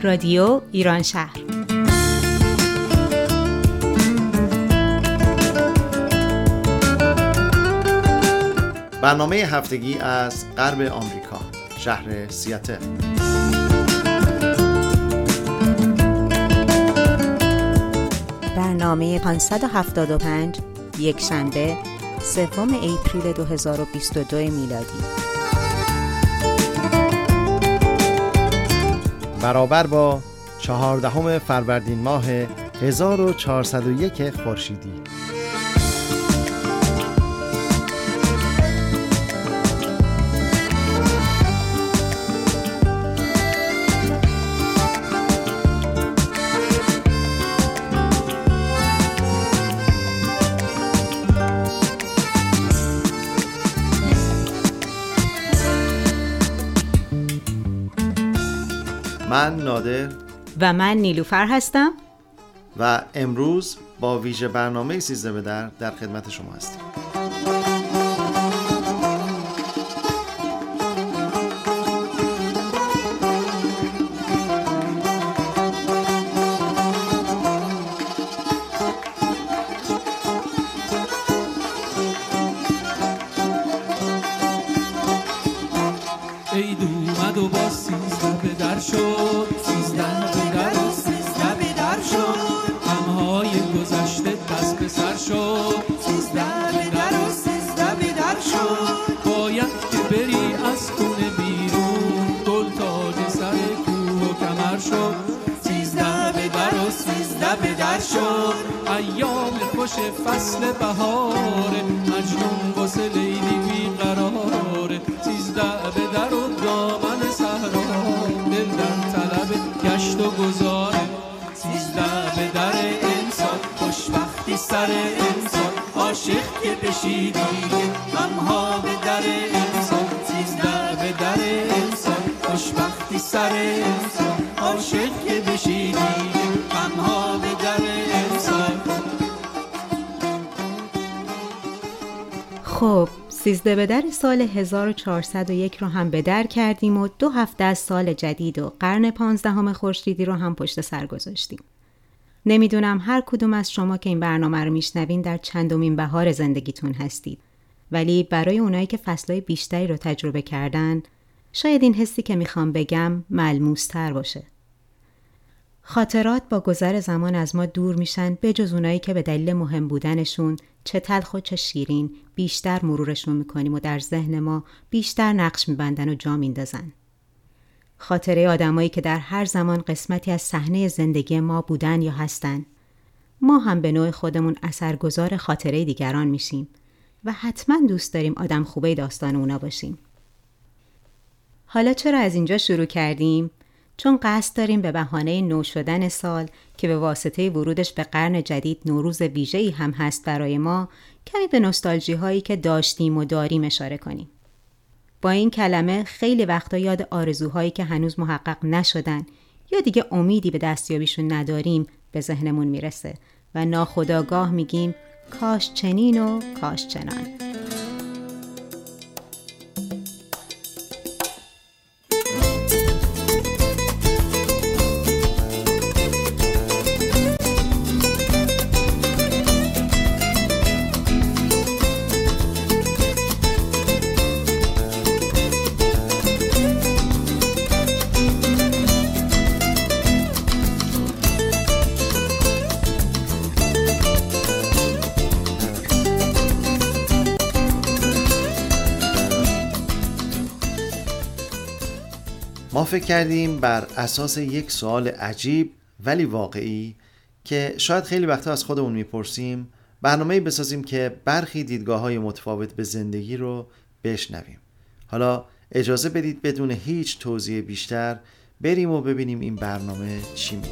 رادیو ایران شهر. برنامه هفتگی از غرب آمریکا، شهر سیاتل. برنامه 575 یک شنبه 3 اپریل 2022 میلادی، برابر با 14 فروردین ماه 1401 خورشیدی. من نادر و من نیلوفر هستم و امروز با ویژه برنامه 13 به در خدمت شما هستیم. عید اومد و با 13 به در شد، 13 به در و 13 به در شد، غمهای گذشته دست به سر شد، 13 به در و 13 به در شد، باید که بری از خونه بیرون، گل تاج سر کوه و کمر شد، 13 به در و 13 به در شد، ایام خوش فصل بهاره، مجنون واسه لیلی بیقراره، 13 به در و دامن صحرا، دل در طلب گشت و گذاره، 13 به در انسان، خوشبختی سر انسان، عاشق که بشی دیگه غمها به در انسان، 13 به در انسان، خوشبختی سر انسان، عاشق که بشی دیگه غمها به در انسان. خب 13 به در سال 1401 رو هم به در کردیم و 2 هفته از سال جدید و قرن 15 خورشیدی رو هم پشت سر گذاشتیم. نمیدونم هر کدوم از شما که این برنامه رو میشنوین در چندمین بهار زندگیتون هستید، ولی برای اونایی که فصلهای بیشتری رو تجربه کردن شاید این حسی که میخوام بگم ملموس‌تر باشه. خاطرات با گذر زمان از ما دور میشن، به جز اونایی که به دلیل مهم بودنشون چه تلخ و چه شیرین بیشتر مرورشون میکنیم و در ذهن ما بیشتر نقش میبندن و جا میندازن. خاطره آدمایی که در هر زمان قسمتی از صحنه زندگی ما بودن یا هستن. ما هم به نوع خودمون اثرگذار خاطره دیگران میشیم و حتما دوست داریم آدم خوبه داستان اونا باشیم. حالا چرا از اینجا شروع کردیم؟ چون قصد داریم به بهانه نو شدن سال که به واسطه ورودش به قرن جدید نوروز ویژه‌ای هم هست برای ما، کمی به نوستالژی هایی که داشتیم و داریم اشاره کنیم. با این کلمه خیلی وقتا یاد آرزوهایی که هنوز محقق نشدن یا دیگه امیدی به دستیابیشون نداریم به ذهنمون میرسه و ناخودآگاه میگیم کاش چنین و کاش چنان. ما فکر کردیم بر اساس یک سوال عجیب ولی واقعی که شاید خیلی وقتا از خودمون میپرسیم، برنامه‌ای بسازیم که برخی دیدگاه‌های متفاوت به زندگی رو بشنویم. حالا اجازه بدید بدون هیچ توضیح بیشتر بریم و ببینیم این برنامه چی میگه.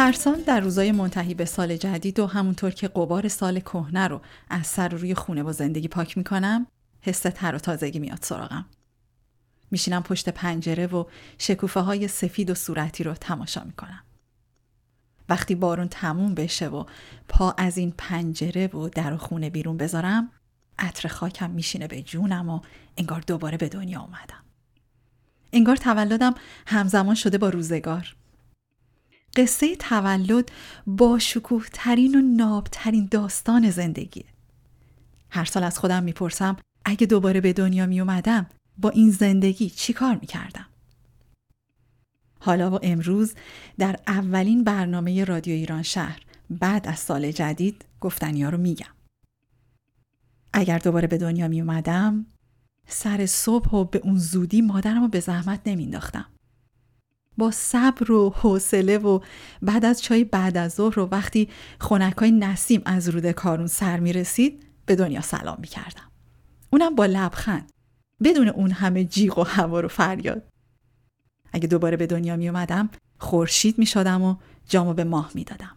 هر سال در روزای منتهی به سال جدید و همونطور که غبار سال کهنه رو از سر روی خونه و زندگی پاک میکنم، حس تر و تازگی میاد سراغم. میشینم پشت پنجره و شکوفه های سفید و صورتی رو تماشا میکنم. وقتی بارون تموم بشه و پا از این پنجره و در و خونه بیرون بذارم، عطر خاکم میشینه به جونم و انگار دوباره به دنیا اومدم. انگار تولدم همزمان شده با روزگار. قصه تولد با شکوه ترین و ناب ترین داستان زندگیه. هر سال از خودم میپرسم اگه دوباره به دنیا میومدم با این زندگی چی کار میکردم؟ حالا و امروز در اولین برنامه رادیو ایران شهر بعد از سال جدید گفتنیا رو میگم. اگر دوباره به دنیا میومدم سر صبح و به اون زودی مادرم رو به زحمت نمینداختم. با صبر و حوصله و بعد از چای بعد از ظهر و وقتی خنکای نسیم از رود کارون سر میرسید به دنیا سلام میکردم. اونم با لبخند، بدون اون همه جیغ و هوار و فریاد. اگه دوباره به دنیا می اومدم خورشید می شدم و جامو به ماه می دادم.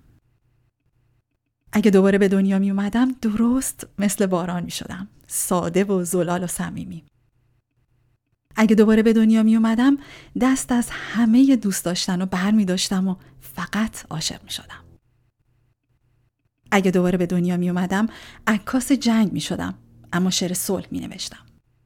اگه دوباره به دنیا می اومدم درست مثل باران می شدم، ساده و زلال و صمیمی. اگه دوباره به دنیا می اومدم دست از همه دوست داشتن و بر می داشتم و فقط عاشق می شدم. اگه دوباره به دنیا می اومدم عکاس جنگ می شدم اما شعر صلح می نوشتم.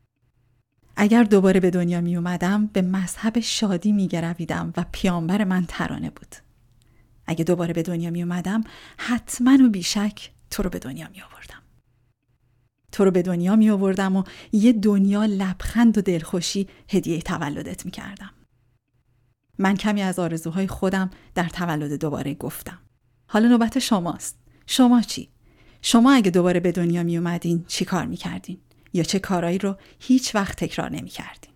اگر دوباره به دنیا می اومدم به مذهب شادی می گرویدم و پیامبر من ترانه بود. اگه دوباره به دنیا می اومدم حتما و بیشک تو رو به دنیا می آوردم. تو رو به دنیا می آوردم و یه دنیا لبخند و دلخوشی هدیه تولدت می کردم. من کمی از آرزوهای خودم در تولد دوباره گفتم. حالا نوبت شماست. شما چی؟ شما اگه دوباره به دنیا می اومدین چی کار می کردین؟ یا چه کارایی رو هیچ وقت تکرار نمی کردین؟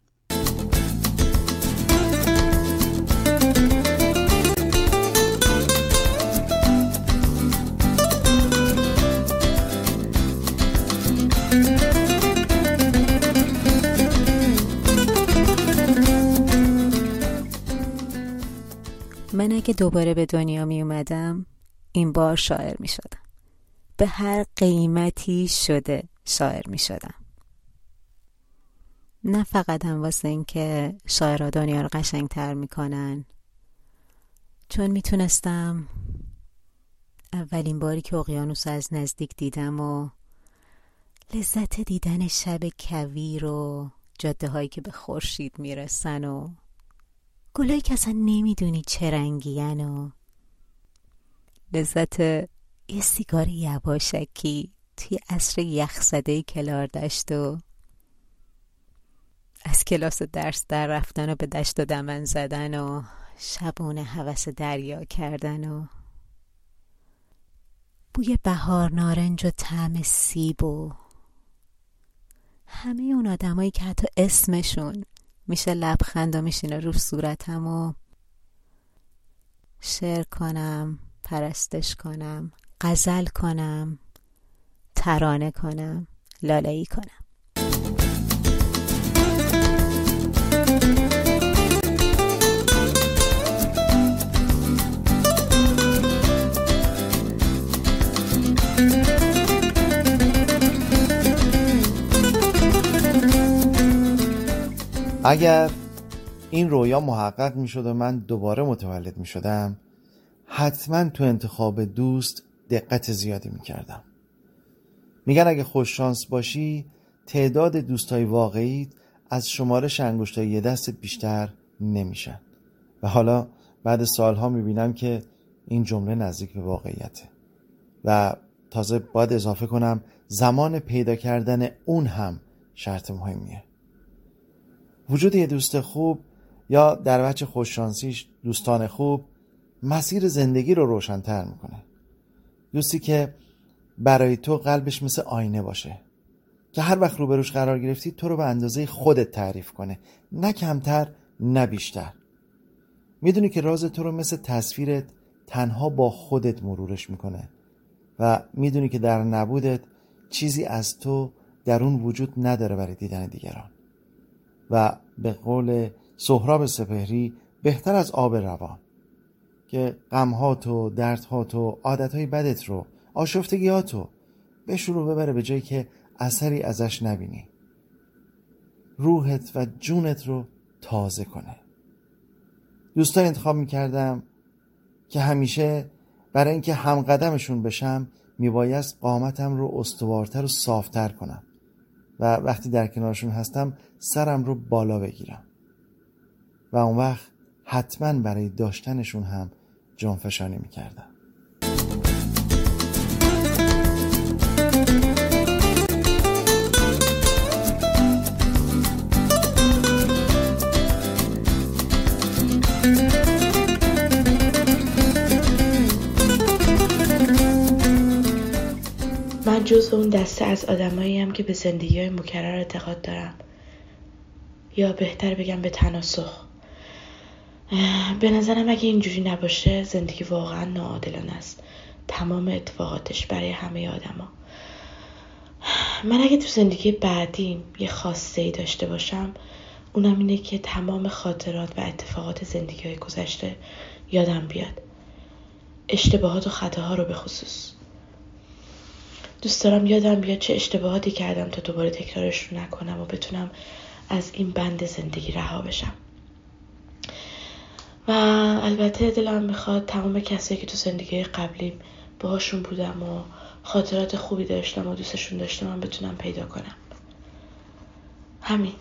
من اگه دوباره به دنیا می اومدم این بار شاعر می شدم. به هر قیمتی شده شاعر می شدم. نه فقط هم واسه این که شاعرها دنیا رو قشنگ‌تر میکنن، چون میتونستم اولین باری که اقیانوس از نزدیک دیدم و لذت دیدن شب کویر و جاده هایی که به خورشید میرسن و گلایی که اصلا نمیدونی چه رنگین و لذت یه سیگار یواشکی توی عصر یخزده کلاردشت و از کلاس درس در رفتن و به دشت و دمن زدن و شبونه هوس دریا کردن و بوی بهار نارنج و طعم سیب و همه اون آدمایی که حتی اسمشون میشه لبخند و میشینه رو صورتم و شعر کنم، پرستش کنم، غزل کنم، ترانه کنم، لالایی کنم. اگر این رویا محقق می شد و من دوباره متولد می شدم، حتما تو انتخاب دوست دقت زیادی می کردم. میگن اگه خوش شانس باشی تعداد دوستای واقعیت از شمارش انگشتای یه دستت بیشتر نمیشن. و حالا بعد سالها می بینم که این جمله نزدیک به واقعیته. و تازه باید اضافه کنم زمان پیدا کردن اون هم شرط مهمیه. وجود یه دوست خوب یا در وجه خوششانسیش دوستان خوب مسیر زندگی رو روشن‌تر میکنه. دوستی که برای تو قلبش مثل آینه باشه، که هر وقت روبروش قرار گرفتی تو رو به اندازه خودت تعریف کنه، نه کمتر نه بیشتر. میدونی که راز تو رو مثل تصویرت تنها با خودت مرورش میکنه و میدونی که در نبودت چیزی از تو در اون وجود نداره برای دیدن دیگران. و به قول سهراب سپهری بهتر از آب روان که غم‌هاتو، دردهاتو، عادتهای بدت رو، آشفتگیاتو بشور و ببره به جایی که اثری ازش نبینی. روحت و جونت رو تازه کنه. دوستان انتخاب میکردم که همیشه برای اینکه هم قدمشون بشم میبایست قامتم رو استوارتر و صافتر کنم و وقتی در کنارشون هستم سرم رو بالا بگیرم و اون وقت حتما برای داشتنشون هم جانفشانی میکردم. من جزو اون دسته از آدماییم که به زندگی‌های مکرر اعتقاد دارم، یا بهتر بگم به تناسخ. به نظرم اگه اینجوری نباشه زندگی واقعا ناعادلانه است، تمام اتفاقاتش برای همه آدما. من اگه تو زندگی بعدیم یه خواسته ای داشته باشم، اونم اینه که تمام خاطرات و اتفاقات زندگی‌های گذشته یادم بیاد، اشتباهات و خطاها رو به خصوص. دوست دارم یادم بیاد چه اشتباهاتی کردم تا دوباره تکرارش رو نکنم و بتونم از این بند زندگی رها بشم. و البته دلم میخواد تمام کسایی که تو زندگی قبلیم باهاشون بودم و خاطرات خوبی داشتم و دوستشون داشتم من بتونم پیدا کنم. همین.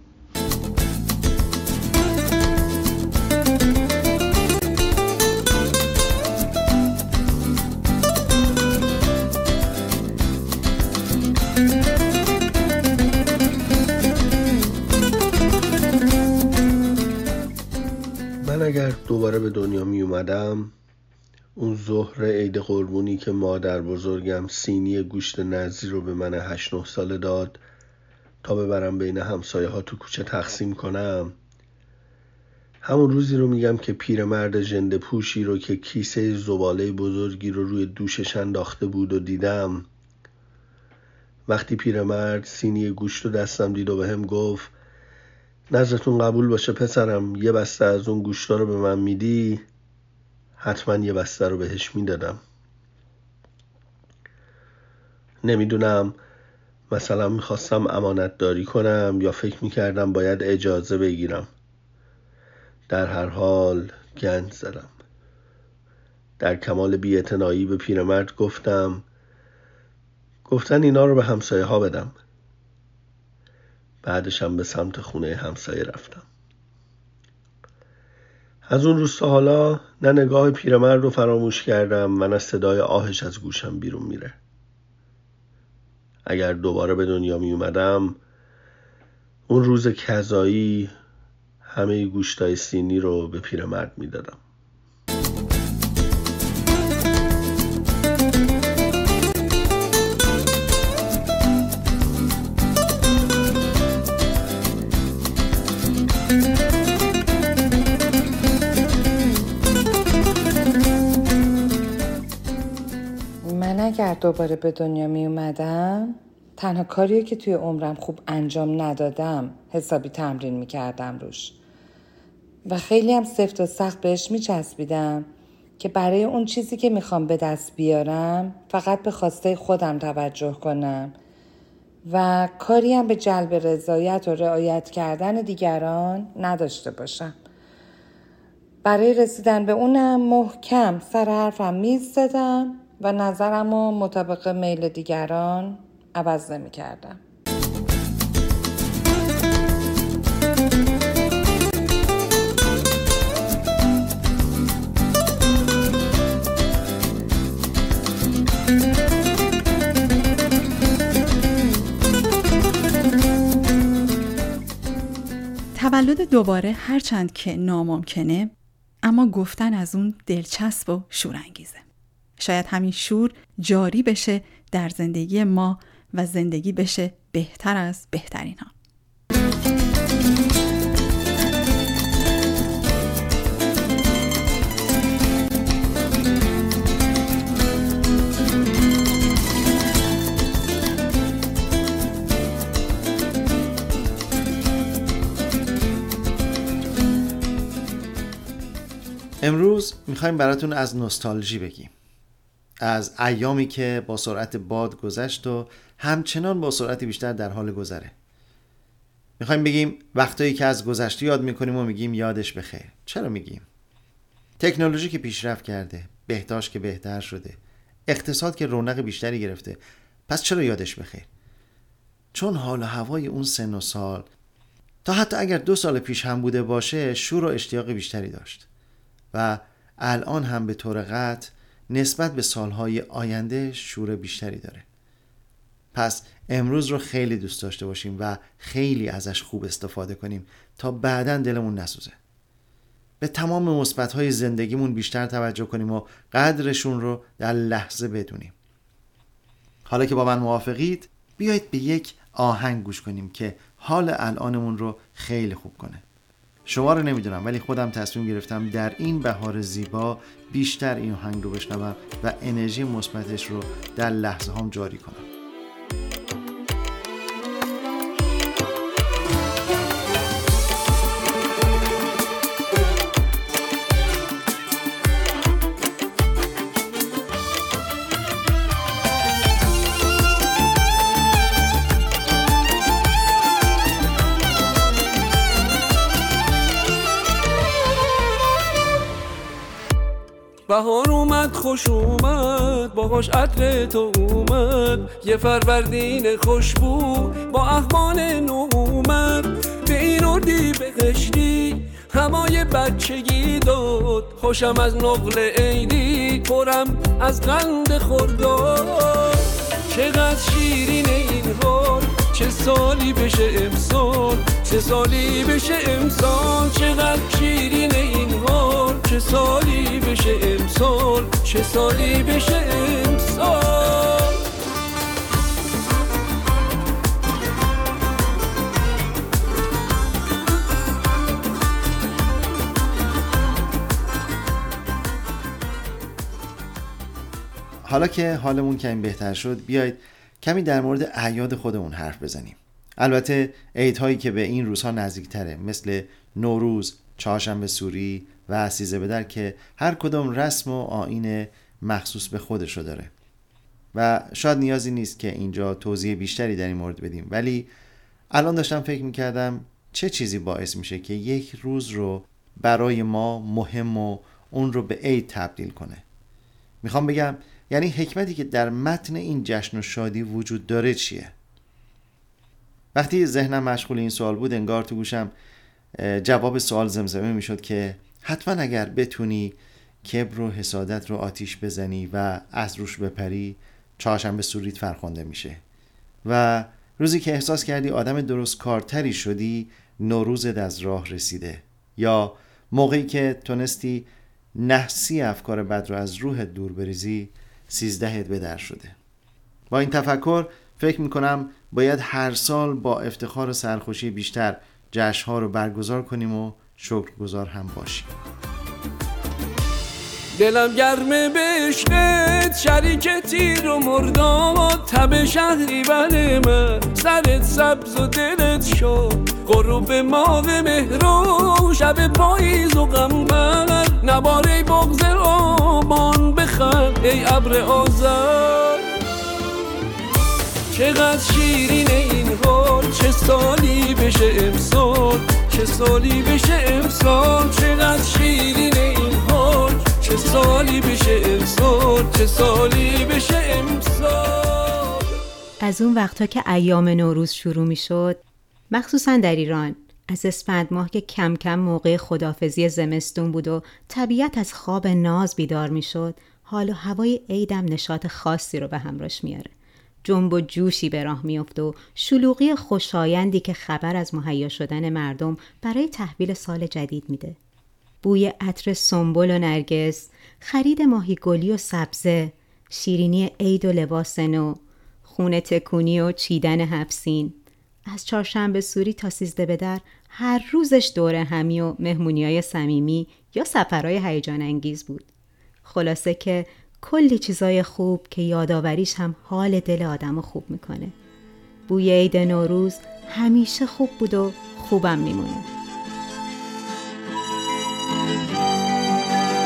من اگر دوباره به دنیا می اومدم، اون ظهر عید قربونی که مادر بزرگم سینی گوشت نظری رو به من 8-9 ساله داد تا ببرم بین همسایه ها تو کوچه تقسیم کنم، همون روزی رو میگم که پیرمرد ژنده پوشی رو که کیسه زباله بزرگی رو روی دوشش انداخته بود و دیدم. وقتی پیرمرد سینی گوشت رو دستم دید و بهم گفت نظرتون قبول باشه پسرم، یه بسته از اون گوشتا رو به من میدی؟ حتما یه بسته رو بهش میدادم. نمیدونم، مثلا میخواستم امانت داری کنم یا فکر میکردم باید اجازه بگیرم. در هر حال گند زدم. در کمال بی‌اعتنایی به پیرمرد گفتن اینا رو به همسایه ها بدم. بعدشم به سمت خونه همسایه رفتم. از اون روز تا حالا نه نگاه پیرمرد رو فراموش کردم و نه صدای آهش از گوشم بیرون میره. اگر دوباره به دنیا می اومدم، اون روز کذایی همه گوشتای سینی رو به پیرمرد میدادم. اگر دوباره به دنیا می اومدم، تنها کاریه که توی عمرم خوب انجام ندادم حسابی تمرین می کردم روش و خیلی هم سفت و سخت بهش می چسبیدم که برای اون چیزی که میخوام به دست بیارم فقط به خواسته خودم توجه کنم و کاری هم به جلب رضایت و رعایت کردن دیگران نداشته باشم. برای رسیدن به اونم محکم سر حرفم می‌ایستادم و نظرمو مطابق میل دیگران عوض نمی‌کردم. تولد دوباره هرچند که ناممکنه، اما گفتن از اون دلچسب و شورانگیزه. شاید همین شور جاری بشه در زندگی ما و زندگی بشه بهتر از بهترین ها. امروز میخوایم براتون از نوستالژی بگیم، از ایامی که با سرعت باد گذشت و همچنان با سرعت بیشتر در حال گذره. میخوایم بگیم وقتایی که از گذشته یاد میکنیم و میگیم یادش بخیر. چرا میگیم؟ تکنولوژی که پیشرفت کرده، بهداشت که بهتر شده، اقتصاد که رونق بیشتری گرفته، پس چرا یادش بخیر؟ چون حال و هوای اون سن و سال تا حتی اگر 2 سال پیش هم بوده باشه شور و اشتیاق بیشتری داشت و الان هم به طور قطع نسبت به سالهای آینده شور بیشتری داره. پس امروز رو خیلی دوست داشته باشیم و خیلی ازش خوب استفاده کنیم تا بعداً دلمون نسوزه. به تمام مثبت‌های زندگیمون بیشتر توجه کنیم و قدرشون رو در لحظه بدونیم. حالا که با من موافقید، بیایید به یک آهنگ گوش کنیم که حال الانمون رو خیلی خوب کنه. شما رو نمیدونم ولی خودم تصمیم گرفتم در این بهار زیبا بیشتر این آهنگ رو بشنوم و انرژی مثبتش رو در لحظه هام جاری کنم. بهار اومد خوش اومد باهاش عطر تو اومد، یه فروردین خوشبو با احوال نو اومد. به این اردی بهشتی همای بچگی داد، خوشم از نقل عیدی پرم از قند خرداد. چقدر شیرین این حال، چه سالی بشه امسال، چه سالی بشه امسال. چقدر شیرین این حال، چه سالی بشه امسال، چه سالی بشه امسال. حالا که حالمون کمی بهتر شد، بیایید کمی در مورد اعیاد خودمون حرف بزنیم. البته عیدهایی که به این روزها نزدیکتره، مثل نوروز، چهارشنبه سوری و 13 بدر که هر کدام رسم و آیین مخصوص به خودشو داره و شاید نیازی نیست که اینجا توضیح بیشتری در این مورد بدیم، ولی الان داشتم فکر میکردم چه چیزی باعث میشه که یک روز رو برای ما مهم و اون رو به عید تبدیل کنه. میخوام بگم یعنی حکمتی که در متن این جشن و شادی وجود داره چیه؟ وقتی ذهنم مشغول این سوال بود، انگار تو گوشم جواب سوال زمزمه میشد که حتما اگر بتونی کبر و حسادت رو آتیش بزنی و از روش بپری، چهارشنبه سوریت فرخنده میشه و روزی که احساس کردی آدم درست کارتری شدی، نوروزت از راه رسیده، یا موقعی که تونستی نحسی افکار بد رو از روحت دور بریزی، 13 بدر شده. با این تفکر فکر میکنم باید هر سال با افتخار و سرخوشی بیشتر جشن‌ها رو برگزار کنیم و شکرگزار هم باشیم. دلم گرمه به عشقت، شریک تیر و مرداد، تب شهری بله من، سرت سبز و دلت شد، غروب ماه مهرو، شب پاییز و غمبر، نباره بغض آبان بخند ای ابر آذر. چقدر شیرین این حال، چه سالی بشه امسال، چه سالی بشه امسال. چقدر شیرین این حال، چه سالی بشه امسال، چه سالی بشه امسال. از اون وقتا که ایام نوروز شروع می شد، مخصوصا در ایران، از اسفند ماه که کم کم موقع خداحافظی زمستون بود و طبیعت از خواب ناز بیدار می شد، حال و هوای عیدم نشاط خاصی رو به همراش میاره. جنب و جوشی به راه میفته و شلوغی خوشایندی که خبر از مهیا شدن مردم برای تحویل سال جدید میده. بوی عطر سنبل و نرگس، خرید ماهی گلی و سبزه، شیرینی عید و لباس نو، خونه تکونی و چیدن حبسین. از چهارشنبه سوری تا 13 بدر هر روزش دوره همی و مهمونیای صمیمی یا سفرهای هیجان انگیز بود. خلاصه که کلی چیزای خوب که یاداوریش هم حال دل آدمو خوب میکنه. بوی عید نوروز همیشه خوب بود و خوبم میمونه.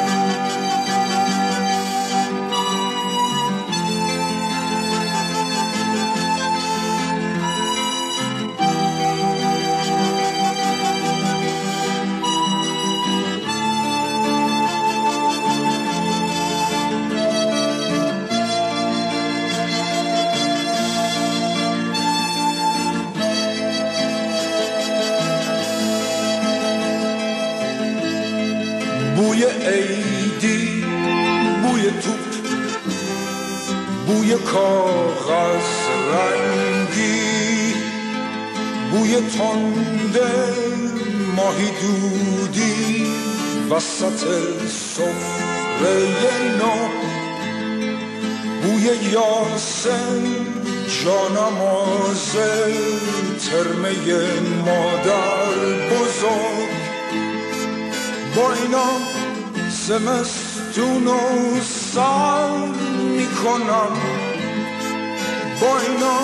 عیدی، بوی توپ، بوی کاغذ رنگی، بوی تنده ماهی دودی وسط سفره نو، بوی یاسم جانماز ترمه مادر بزرگ. با اینا زمستون رو سر میکنم، با اینا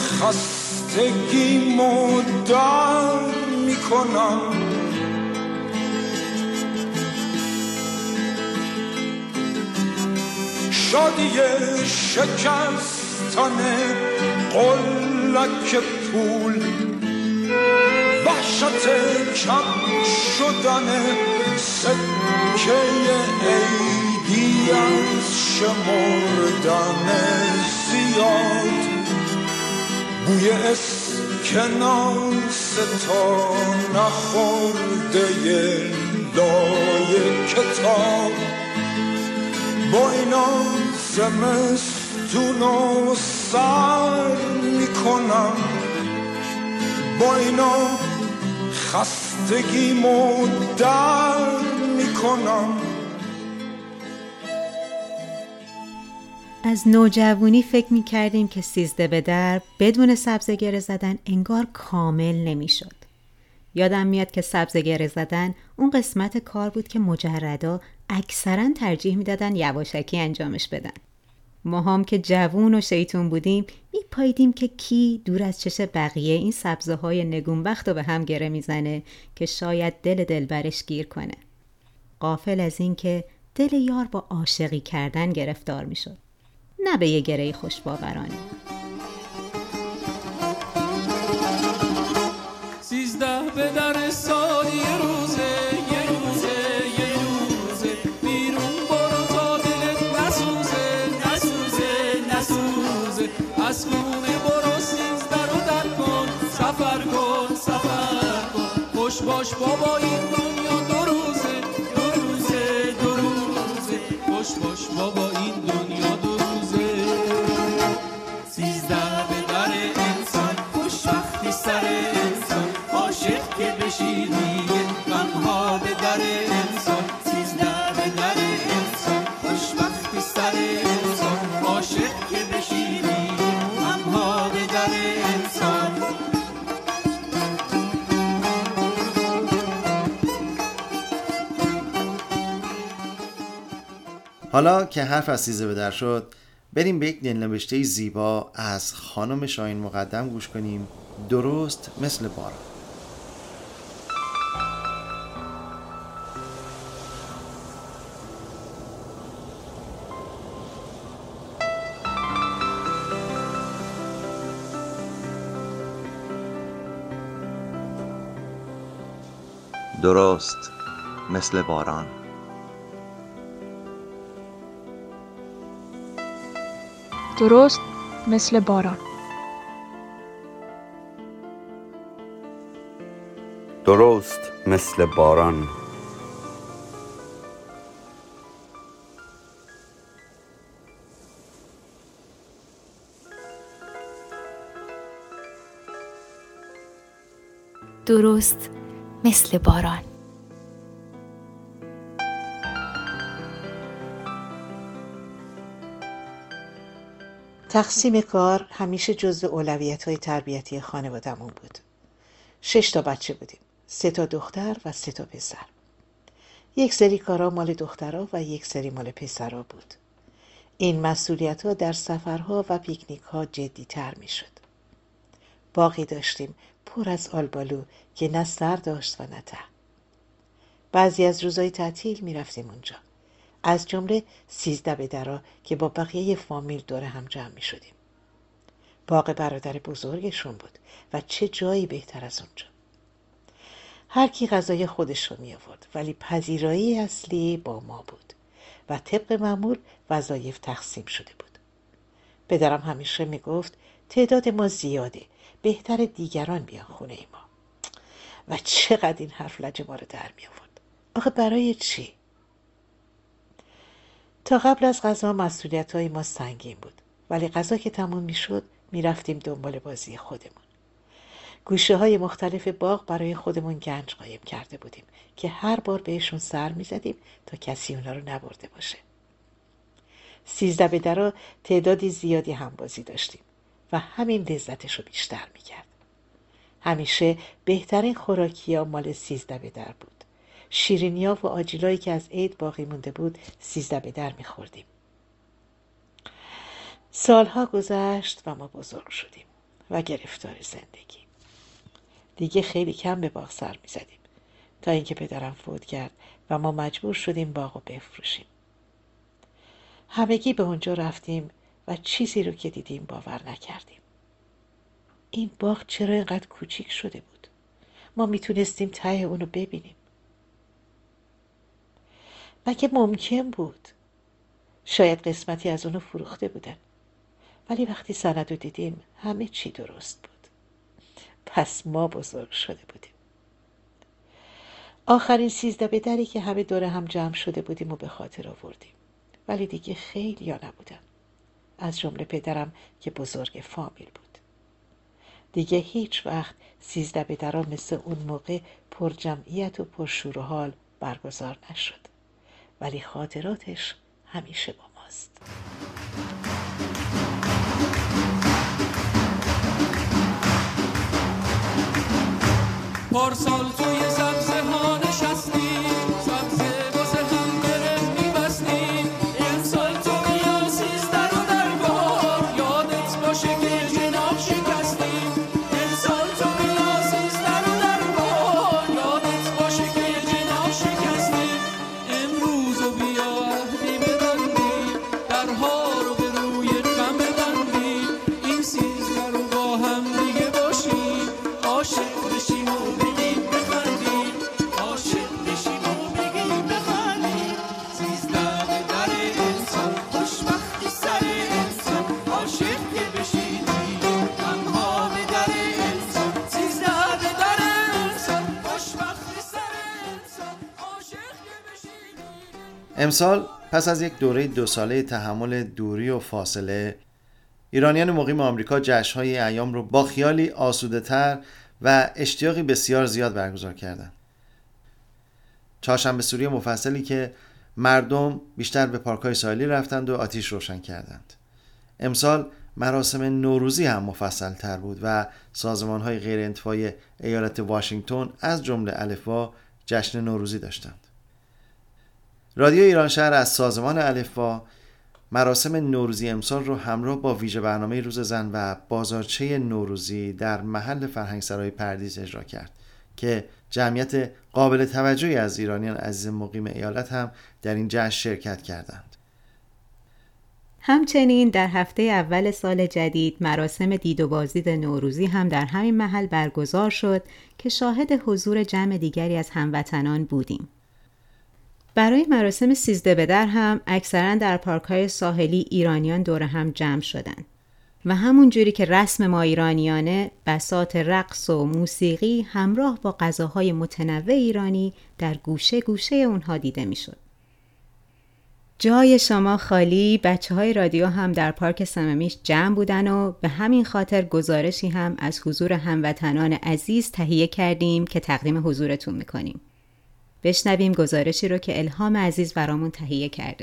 خستگی مدر میکنم. شادی شکستن قلک پول، وحشت کم شدن سکه عیدی از شمردن زیاد، بوی اسکناس تا نخورده لای کتاب. با اینا زمستون رو سر میکنم، با اینا خستگیمو در میکنم. از نوجوانی فکر میکردیم که 13 به در بدون سبزه گره زدن انگار کامل نمیشد. یادم میاد که سبزه گره زدن اون قسمت کار بود که مجردا اکثرا ترجیح میدادن یواشکی انجامش بدن. ما هم که جوون و شیطون بودیم میپایدیم که کی دور از چش بقیه این سبزه های نگونبخت رو به هم گره میزنه که شاید دل دلبرش گیر کنه، غافل از این که دل یار با عاشقی کردن گرفتار میشد، نه به یه گره خوشباورانه. 13 به در سال یه روزه بیرون برو تا دلت نسوزه از خونه برو 13 رو در کن، سفر کن خوش باش بابا این دنیا دو روزه خوش باش بابا این دنیا دو روزه. 13 به در انسان خوشبختی سر انسان، عاشق که بشی دیگه غمها به در انسان. 13 به در انسان خوشبختی سر انسان، عاشق که بشی دیگه غمها به در انسان. حالا که حرف از 13 به در شد، بریم به یک دلنوشته زیبا از خانم شاهین مقدم گوش کنیم. درست مثل باران. درست مثل باران. درست مثل باران. درست مثل باران. درست مثل باران. تقسیم کار همیشه جزو اولویت‌های تربیتی خانواده‌مون بود. 6 تا بچه بودیم. 3 تا دختر و 3 تا پسر. یک سری کارا مال دخترها و یک سری مال پسرها بود. این مسئولیت‌ها در سفرها و پیکنیک‌ها جدی‌تر می‌شد. باغی داشتیم پر از آلبالو که نه سر داشت و نه ته. بعضی از روزهای تعطیل می‌رفتیم اونجا. از جمله 13 به درا که با بقیه فامیل دور هم جمع می شدیم. باغ برادر بزرگشون بود و چه جایی بهتر از اونجا. هر کی غذای خودش رو می آورد، ولی پذیرایی اصلی با ما بود و طبق معمول وظایف تقسیم شده بود. پدرم همیشه می گفت تعداد ما زیاده، بهتر دیگران بیان خونه ای ما. و چقدر این حرف لجه ما رو در می آورد. آخه برای چی؟ تا قبل از غذا مسئولیت‌های ما سنگین بود، ولی غذا که تموم می‌شد می‌رفتیم دنبال بازی خودمون. گوشه‌های مختلف باغ برای خودمون گنج قایم کرده بودیم که هر بار بهشون سر می‌زدیم تا کسی اونا رو نبرده باشه. 13 به درا تعدادی زیادی هم بازی داشتیم و همین لذتش رو بیشتر می‌کرد. همیشه بهترین خوراکی‌ها مال 13 به در بود. شیرینی‌ها و آجیلایی که از عید باقی مونده بود 13 به در می‌خوردیم. سالها گذشت و ما بزرگ شدیم و گرفتار زندگی. دیگه خیلی کم به باغ سر می‌زدیم تا اینکه پدرم فوت کرد و ما مجبور شدیم باغ رو بفروشیم. همگی به اونجا رفتیم و چیزی رو که دیدیم باور نکردیم. این باغ چرا اینقدر کوچیک شده بود؟ ما میتونستیم ته اونو ببینیم. مگه ممکن بود؟ شاید قسمتی از اونو فروخته بودن. ولی وقتی سند رو دیدیم همه چی درست بود. پس ما بزرگ شده بودیم. آخرین 13 به دری که همه دور هم جمع شده بودیم و به خاطر آوردیم. ولی دیگه خیلی ها نبودن. از جمله پدرم که بزرگ فامیل بود. دیگه هیچ وقت 13 به درا مثل اون موقع پر جمعیت و پر شور و حال برگزار نشد. ولی خاطراتش همیشه با ماست. پارسال توی سبزه ها نشستیم، سبزه واسه هم گره میبستیم. امسال تو بیا 13 رو در بار، یادت باشه که جناب شکستیم. امسال تو بیا 13 رو در بار، یادت باشه که جناب شکستیم. امروز رو بیا عهدی ببندیم، درها رو به روی غم ببندیم. این 13 رو با هم دیگه باشیم، عاشق بشیم و بگیم بخندیم. عاشق بشیم و بگیم بخندیم. 13 به در انسان، خوشبختی سر انسان. عاشق که بشینیم غمها به در انسان. 13 به در انسان، خوشبختی سر انسان. عاشق که بشینیم. امسال پس از یک دوره 2 ساله تحمل دوری و فاصله، ایرانیان مقیم آمریکا جشن‌های ایام رو با خیالی آسوده‌تر و اشتیاقی بسیار زیاد برگزار کردند. چهارشنبه سوری مفصلی که مردم بیشتر به پارک‌های ساحلی رفتند و آتش روشن کردند. امسال مراسم نوروزی هم مفصل‌تر بود و سازمان‌های غیر انتفاعی ایالت واشنگتن از جمله الفبا جشن نوروزی داشتند. رادیو ایران شهر از سازمان الفبا مراسم نوروزی امسال رو همراه با ویژه برنامه روز زن و بازارچه نوروزی در محل فرهنگسرای پردیس اجرا کرد که جمعیت قابل توجهی از ایرانیان عزیز مقیم ایالت هم در این جشن شرکت کردند. همچنین در هفته اول سال جدید مراسم دید و بازدید نوروزی هم در همین محل برگزار شد که شاهد حضور جمع دیگری از هموطنان بودیم. برای مراسم 13 به در هم اکثرا در پارک‌های ساحلی ایرانیان دور هم جمع شدند و همون جوری که رسم ما ایرانیانه، بساط رقص و موسیقی همراه با غذاهای متنوع ایرانی در گوشه گوشه اونها دیده میشد. جای شما خالی، بچه‌های رادیو هم در پارک صممیش جمع بودن و به همین خاطر گزارشی هم از حضور هموطنان عزیز تهیه کردیم که تقدیم حضورتون میکنیم. بشنویم گزارشی رو که الهام عزیز برامون تهیه کرده.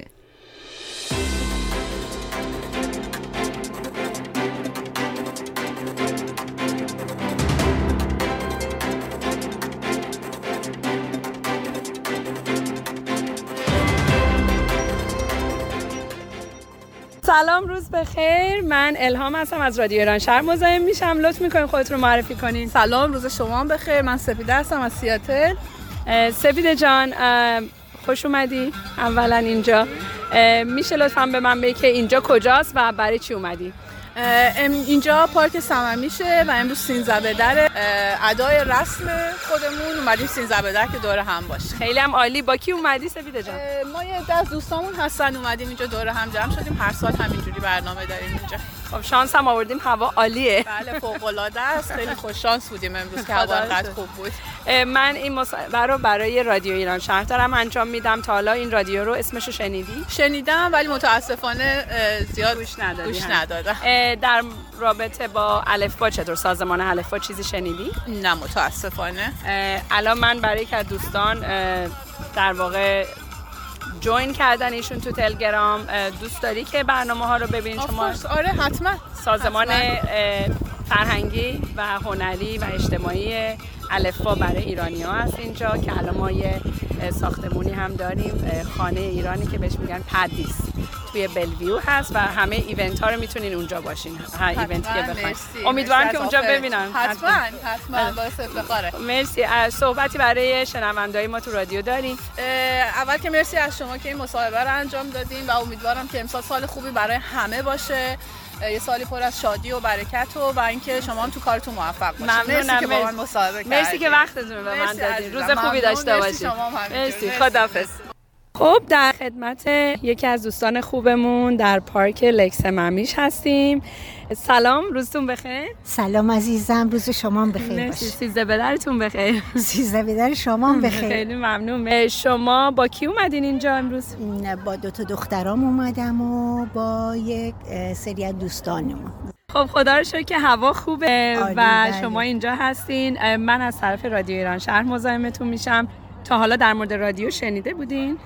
سلام، روز بخیر. من الهام هستم، از رادیو ایران شهر مزاحم میشم. لطف میکنین خودت رو معرفی کنین. سلام، روز شما بخیر. من سپیده هستم از سیاتل. سپیده جان، خوش اومدی اولا اینجا. میشه لطفاً به من بگی که اینجا کجاست و برای چی اومدی؟ اینجا پارک صممیشه و امروز 13 به در ادای رسم خودمون اومدیم 13 به در که دور هم باشه. خیلی هم عالی. با کی اومدی سپیده جان؟ ما یه عده از دوستامون هستن اومدیم اینجا دور هم جمع شدیم. هر سال همینجوری برنامه داریم اینجا. خب شانس هم آوردیم، هوا عالیه. بله فوق العاده است، خیلی خوش شانس بودیم امروز که هوا انقدر خوب بود. من این مصاحبه رو برای رادیو ایران شهر دارم انجام میدم. تا حالا این رادیو رو اسمشو شنیدی؟ شنیدم ولی متاسفانه زیاد گوش ندادم. در رابطه با الفبا چطور؟ سازمان الفبا چیزی شنیدی؟ نه متاسفانه. الان من برای یک از دوستان در واقع جوین کردن ایشون تو تلگرام. دوست داری که برنامه ها رو ببینید شما؟ آره حتما. سازمان فرهنگی و هنری و اجتماعی الفبا برای ایرانی‌ها هست اینجا که الان ما یه ساختمونی هم داریم، خانه ایرانی که بهش میگن پدیس، توی بلویو هست و همه ایونت ها رو میتونین اونجا باشین، هر ایونتی که بخواید. امیدوارم که اونجا ببینن. حتما باعث افتخاره. مرسی. صحبتی برای شنونده‌های ما تو رادیو داریم. اول که مرسی از شما که این مصاحبه رو انجام دادین و امیدوارم که امسال سال خوبی برای همه باشه، یه سالی پر از شادی و برکت و اینکه شما هم تو کارتون موفق باشید. ممنونم که با من مصاحبه کردید. مرسی که وقتتون رو به من دادید. روز خوبی داشته باشید. مرسی. خداحافظ. خب در خدمت یکی از دوستان خوبمون در پارک لکس ممیش هستیم. سلام، روزتون بخیر. سلام عزیزم، روز شما بخیر باشه. سیزده به درتون بخیر. سیزده به در شما بخیر. خیلی ممنون. شما با کی اومدین اینجا امروز؟ با 2 دخترام اومدم و با یک سری از دوستانمون. خب خدا رو شکر که هوا خوبه و بله. شما اینجا هستین. من از طرف رادیو ایران شهر مزاحمتون میشم. تا حالا در مورد رادیو شنیده بودین؟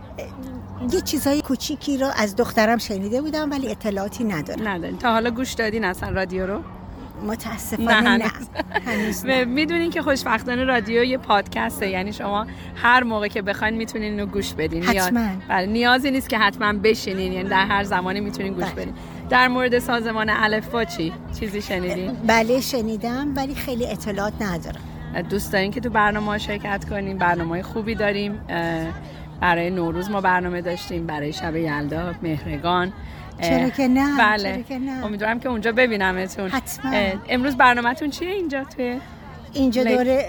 یه چیزای کوچیکی رو از دخترم شنیده بودم ولی اطلاعاتی ندارم. تا حالا گوش دادین اصلا رادیو رو؟ متاسفانه نه. هنوز نه. میدونین که خوشبختانه رادیو یه پادکسته، یعنی شما هر موقع که بخواین میتونین اینو گوش بدین. حتما. بله، نیازی نیست که حتما بشینین، یعنی در هر زمانی میتونین گوش بدین. در مورد سازمان الفبا چیزی شنیدین؟ بله شنیدم ولی خیلی اطلاعات ندارم. دوست دارین که تو برنامه‌ها شرکت کنین؟ برنامه‌های خوبی داریم. برای نوروز ما برنامه داشتیم، برای شب یلدا، مهرگان. چرا که نه؟ بله. چرا که نه؟ امیدوارم که اونجا ببینمتون. حتما. امروز برنامه‌تون چیه اینجا توی؟ اینجا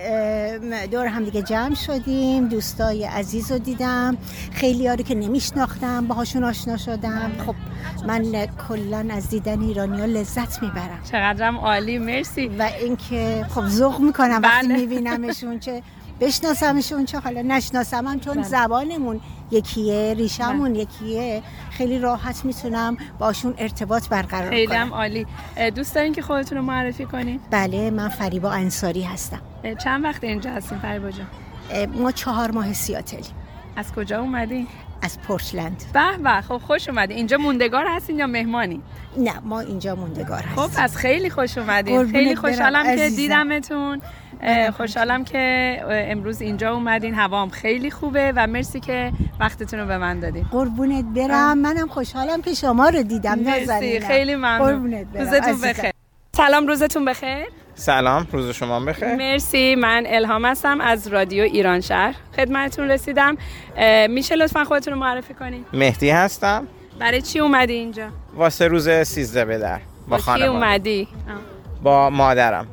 دور هم دیگه جمع شدیم، دوستای عزیز رو دیدم، خیلی ها رو که نمیشناختم باهاشون آشنا شدم. خب من کلن از دیدن ایرانی‌ها لذت میبرم. چقدرم عالی، مرسی. و اینکه خب ذوق میکنم وقتی میبینمشون، چه بشناسمشون چه حالا نشناسم، چون زبانمون یکیه، ریشمون یکیه، خیلی راحت میتونم باشون ارتباط برقرار کنم. خیلی هم عالی. دوست دارین که خودتون رو معرفی کنین؟ بله، من فریبا انصاری هستم. چند وقت اینجا هستین فریبا جان؟ ما 4 ماه سیاتلیم. از کجا اومدین؟ از پورتلند. به به، خب خوش اومدین. اینجا موندگار هستین یا مهمانی؟ نه، ما اینجا موندگار هستیم. خب پس خیلی خوش اومدین. خیلی خوشحالم که دیدمتون. خوشحالم که امروز اینجا اومدین. هوام خیلی خوبه و مرسی که وقتتون رو به من دادین. قربونت برم. منم خوشحالم که شما رو دیدم. مرسی، خیلی ممنون. قربونت برم. روزتون بخیر. سلام، روزتون بخیر. سلام، روز شما بخیر. مرسی. من الهام هستم از رادیو ایران شهر خدمتتون رسیدم. میشه لطفا خودتون رو معرفی کنین؟ مهدی هستم. برای چی اومدی اینجا؟ واسه روز 13 به در با خانواده. کی اومدی؟ با مادرم.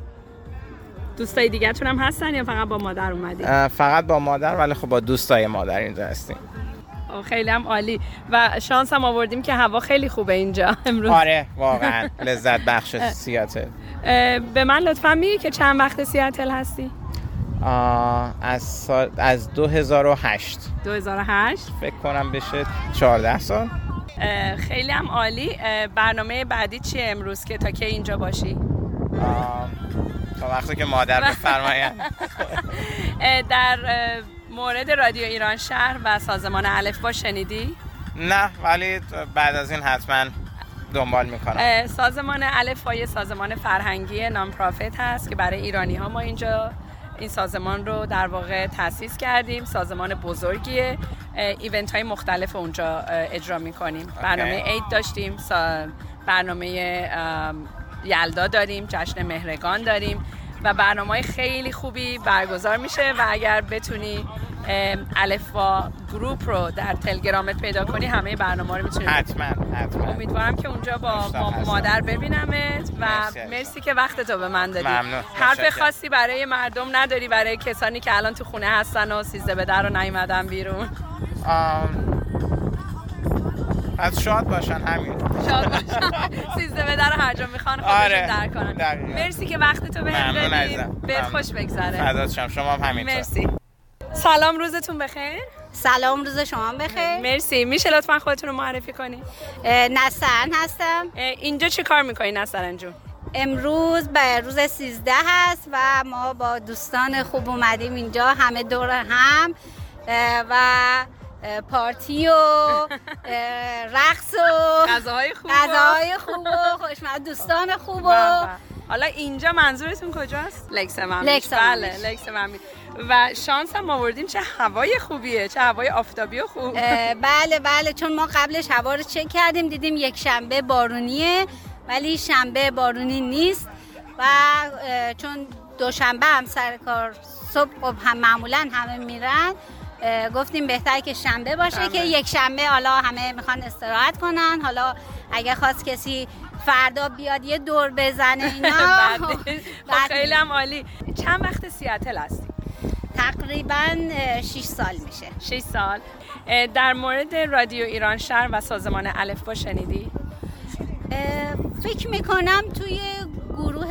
دوستای دیگه تون هم هستن یا فقط با مادر اومدی؟ فقط با مادر، ولی خب با دوستای مادر اینجا هستیم. خیلی هم عالی و شانس هم آوردیم که هوا خیلی خوبه اینجا امروز. آره واقعا لذت بخش سیاتل. به من لطفا میگی که چند وقت سیاتل هستی؟ از 2008. 2008 فکر کنم بشه 14 سال. خیلی هم عالی. برنامه بعدی چیه امروز که تا کی اینجا باشی؟ تا وقتی که مادر بفرماین. در مورد رادیو ایران شهر و سازمان الفبا شنیدی؟ نه، ولی بعد از این حتما دنبال میکنم. سازمان الفبا یه سازمان فرهنگی نانپرافیت هست که برای ایرانی ها ما اینجا این سازمان رو در واقع تأسیس کردیم. سازمان بزرگیه، ایونت های مختلف اونجا اجرا میکنیم. برنامه عید داشتیم، برنامه یلدا داریم، جشن مهرگان داریم و برنامه‌های خیلی خوبی برگزار میشه و اگر بتونی الفبا گروپ رو در تلگرامت پیدا کنی همه برنامه‌ها رو میتونی. حتما. امیدوارم که اونجا با مادر ببینمت و مرسی که وقتتو به من دادی. ممنون. حرف خاصی برای مردم نداری، برای کسانی که الان تو خونه هستن و 13 به در رو نیومدن بیرون؟ از شاد باشن، همین شاد باشن. 13 به در هر جا میخوان خودشون در کنن. مرسی که وقتتو بهم دادی. بهت خوش بگذره. فدات شم. شما هم همینطور. مرسی. سلام، روزتون بخیر. سلام، روز شما بخیر. مرسی. میشه لطفا خودتون رو معرفی کنی؟ نصرن هستم. اینجا چی کار میکنی نصرن جون؟ امروز به روز 13 هست و ما با دوستان خوب اومدیم اینجا، همه دور هم و پارتی و رقص و غذاهای خوب و خوشمزه، دوستان خوب و حالا اینجا منظورتون کجاست؟ لکس ممنوش. بله، لکس ممنوش. و شانس هم آوردیم، چه هوای خوبیه، چه هوای آفتابی و خوب. بله، چون ما قبلش هوا رو چک کردیم، دیدیم یک شنبه بارونیه ولی شنبه بارونی نیست و چون دوشنبه هم سر کار صبح هم معمولا همه میرن، گفتیم بهتر که شنبه باشه که یک شنبه حالا همه میخوان استراحت کنن. حالا اگه خواست کسی فردا بیاد یه دور بزنه اینا. خیلی هم عالی. چند وقت سیاتل هستی؟ تقریبا 6 سال میشه. 6 سال. در مورد رادیو ایران شهر و سازمان الفبا شنیدی؟ فکر میکنم توی گروه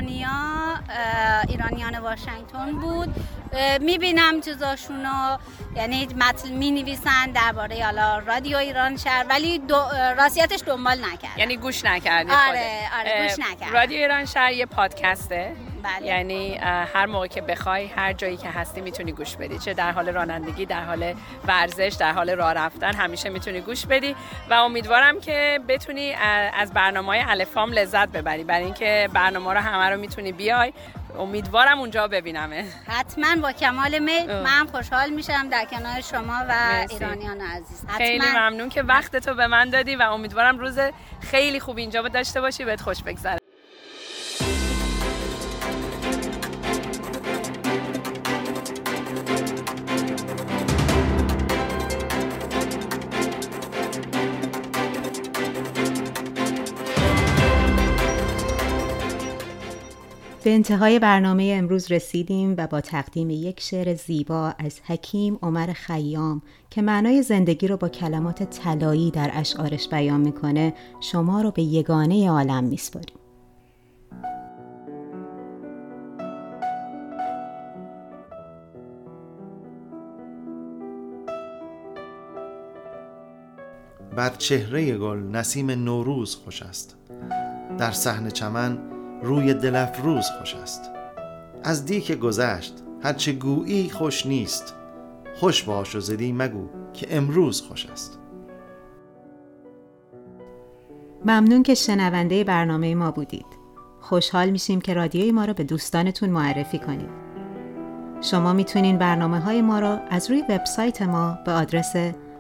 ایرانیان واشنگتن بود، میبینم چیزاشونو، یعنی متن مینویسن درباره حالا رادیو ایران شهر، ولی راستیتش دنبال نکردم. یعنی گوش نکردی؟ آره گوش نکردم. رادیو ایران شهر یه پادکسته. بله. یعنی هر موقع که بخوای، هر جایی که هستی میتونی گوش بدی، چه در حال رانندگی، در حال ورزش، در حال راه رفتن، همیشه میتونی گوش بدی و امیدوارم که بتونی از برنامه‌های الفام لذت ببری، برای اینکه برنامه رو همه رو میتونی بیای. امیدوارم اونجا ببینمه. حتما، با کمال میل. من خوشحال میشم در کنار شما و ایرانیان عزیز. خیلی ممنون که وقتتو به من دادی و امیدوارم روز خیلی خوب اینجا داشته باشی، بهت خوش بگذره. به انتهای برنامه امروز رسیدیم و با تقدیم یک شعر زیبا از حکیم عمر خیام که معنای زندگی رو با کلمات طلایی در اشعارش بیان میکنه، شما رو به یگانه عالم میسپاریم. بر چهره گل نسیم نوروز خوش است، در صحن چمن روی دل افروز خوش است. از دی که گذشت هرچه گویی خوش نیست، خوش باش و زدی مگو که امروز خوش است. ممنون که شنونده برنامه ما بودید. خوشحال میشیم که رادیوی ما رو به دوستانتون معرفی کنید. شما میتونین برنامه‌های ما رو از روی وبسایت ما به آدرس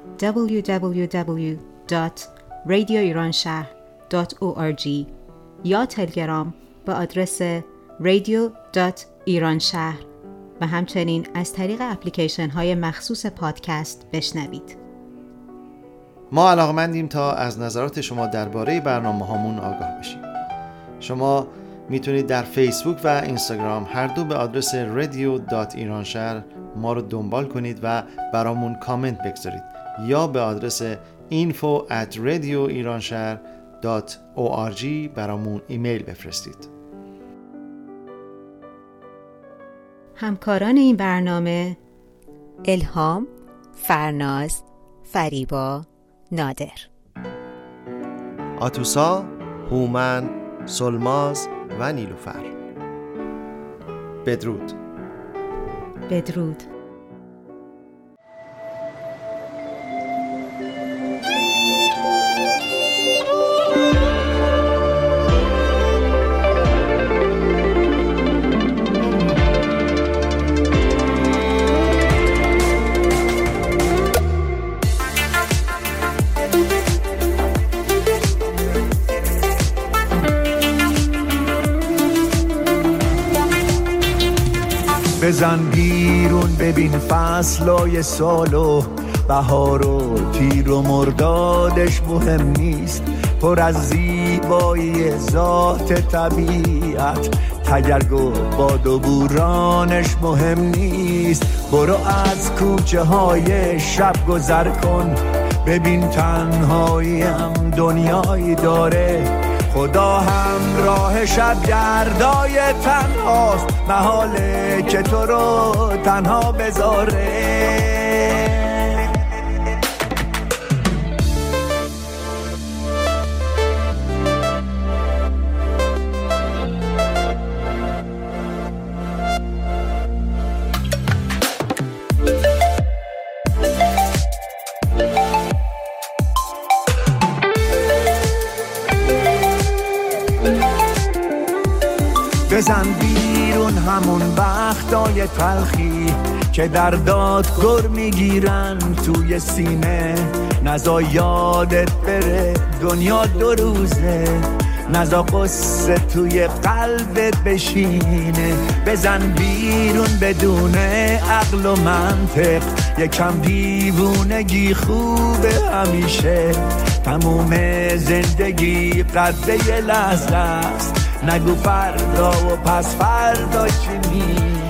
www.radioiranshahr.org یا تلگرام به آدرس radio.iranshahr و همچنین از طریق اپلیکیشن های مخصوص پادکست بشنوید. ما علاقمندیم تا از نظرات شما درباره برنامه هامون آگاه بشیم. شما میتونید در فیسبوک و اینستاگرام هر دو به آدرس radio.iranshahr ما رو دنبال کنید و برامون کامنت بگذارید یا به آدرس info@radioiranshahr.org برامون ایمیل بفرستید. همکاران این برنامه: الهام، فرناز، فریبا، نادر. آتوسا، هومن، سلماز و نیلوفر. بدرود. بدرود. بزن بیرون ببین فصلای سال و بهار و تیر و مردادش مهم نیست، پر از زیبایی ذات طبیعت، تگرگ و باد و بورانش مهم نیست. برو از کوچه های شب گذر کن، ببین تنهاییم دنیایی داره، خدا هم راه شب گردای تنهاست، محاله که تو رو تنها بذاره. بزن بیرون همون بختای تلخی که در داد گر میگیرن توی سینه، نزا یادت بره دنیا دو روزه، نزا قصه توی قلبت بشینه. بزن بیرون بدون عقل و منطق، یکم دیوونگی خوبه همیشه، تموم زندگی قدر یه لحظه است، نگو فردا و پس فردا چی میشه.